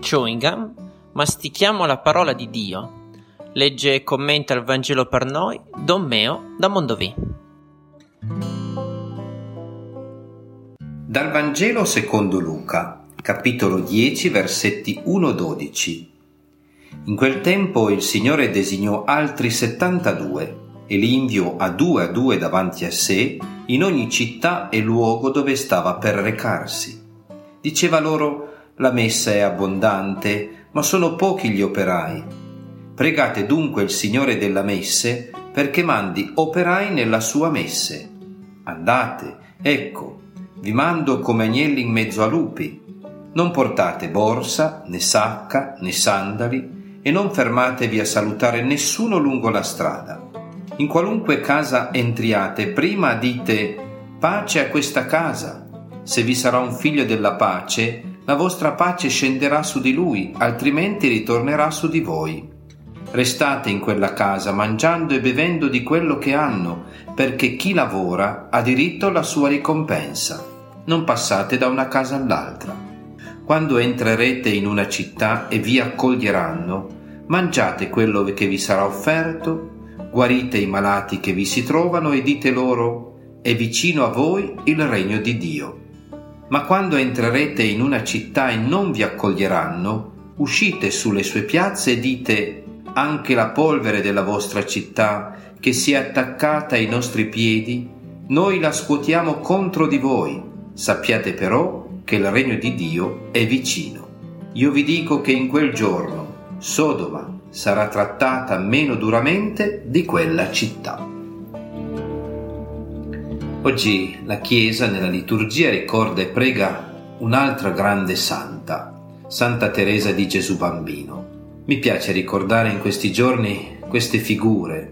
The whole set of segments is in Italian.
chewing gum, mastichiamo la parola di Dio. Legge e commenta il Vangelo per noi Don Meo da Mondovì. Dal Vangelo secondo Luca, capitolo 10, versetti 1-12. In quel tempo il Signore designò altri 72 e li inviò a due davanti a sé in ogni città e luogo dove stava per recarsi. Diceva loro: la messa è abbondante, ma sono pochi gli operai. Pregate dunque il Signore della messe perché mandi operai nella sua messe. Andate, ecco, vi mando come agnelli in mezzo a lupi. Non portate borsa, né sacca, né sandali, e non fermatevi a salutare nessuno lungo la strada. In qualunque casa entriate, prima dite: pace a questa casa. Se vi sarà un figlio della pace, la vostra pace scenderà su di lui, altrimenti ritornerà su di voi. Restate in quella casa, mangiando e bevendo di quello che hanno, perché chi lavora ha diritto alla sua ricompensa. Non passate da una casa all'altra. Quando entrerete in una città e vi accoglieranno, mangiate quello che vi sarà offerto, guarite i malati che vi si trovano e dite loro: è vicino a voi il regno di Dio. Ma quando entrerete in una città e non vi accoglieranno, uscite sulle sue piazze e dite: anche la polvere della vostra città che si è attaccata ai nostri piedi, noi la scuotiamo contro di voi. Sappiate però che il regno di Dio è vicino. Io vi dico che in quel giorno Sodoma sarà trattata meno duramente di quella città. Oggi la Chiesa nella liturgia ricorda e prega un'altra grande santa, Santa Teresa di Gesù Bambino. Mi piace ricordare in questi giorni queste figure,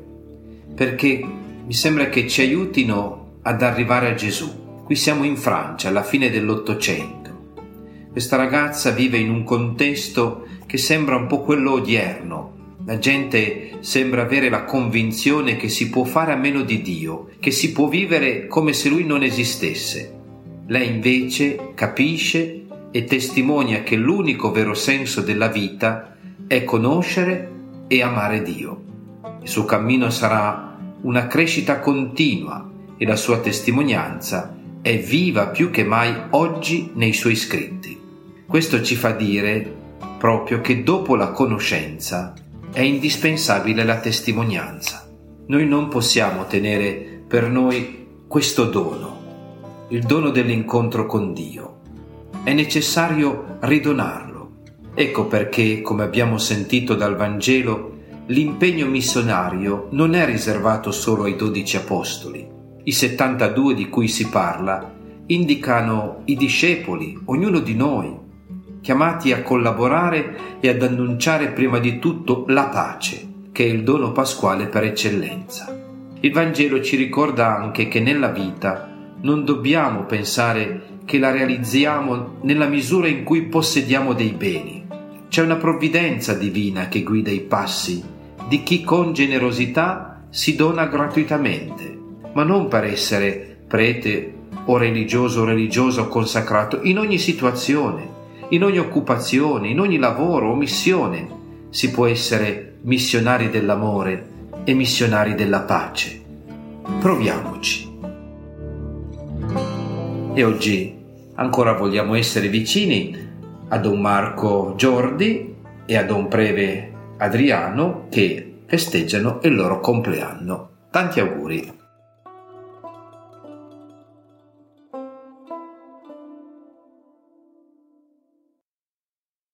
perché mi sembra che ci aiutino ad arrivare a Gesù. Qui siamo in Francia, alla fine dell'Ottocento. Questa ragazza vive in un contesto che sembra un po' quello odierno. La gente sembra avere la convinzione che si può fare a meno di Dio, che si può vivere come se Lui non esistesse. Lei invece capisce e testimonia che l'unico vero senso della vita è conoscere e amare Dio. Il suo cammino sarà una crescita continua e la sua testimonianza è viva più che mai oggi nei suoi scritti. Questo ci fa dire proprio che dopo la conoscenza è indispensabile la testimonianza. Noi non possiamo tenere per noi questo dono, il dono dell'incontro con Dio. È necessario ridonarlo. Ecco perché, come abbiamo sentito dal Vangelo, l'impegno missionario non è riservato solo ai 12 apostoli. I 72 di cui si parla indicano i discepoli, ognuno di noi, chiamati a collaborare e ad annunciare prima di tutto la pace, che è il dono pasquale per eccellenza. Il Vangelo ci ricorda anche che nella vita non dobbiamo pensare che la realizziamo nella misura in cui possediamo dei beni. C'è una provvidenza divina che guida i passi di chi con generosità si dona gratuitamente, ma non per essere prete o religioso consacrato. In ogni situazione, in ogni occupazione, in ogni lavoro o missione si può essere missionari dell'amore e missionari della pace. Proviamoci. E oggi ancora vogliamo essere vicini a Don Marco Giordi e a Don Preve Adriano che festeggiano il loro compleanno. Tanti auguri.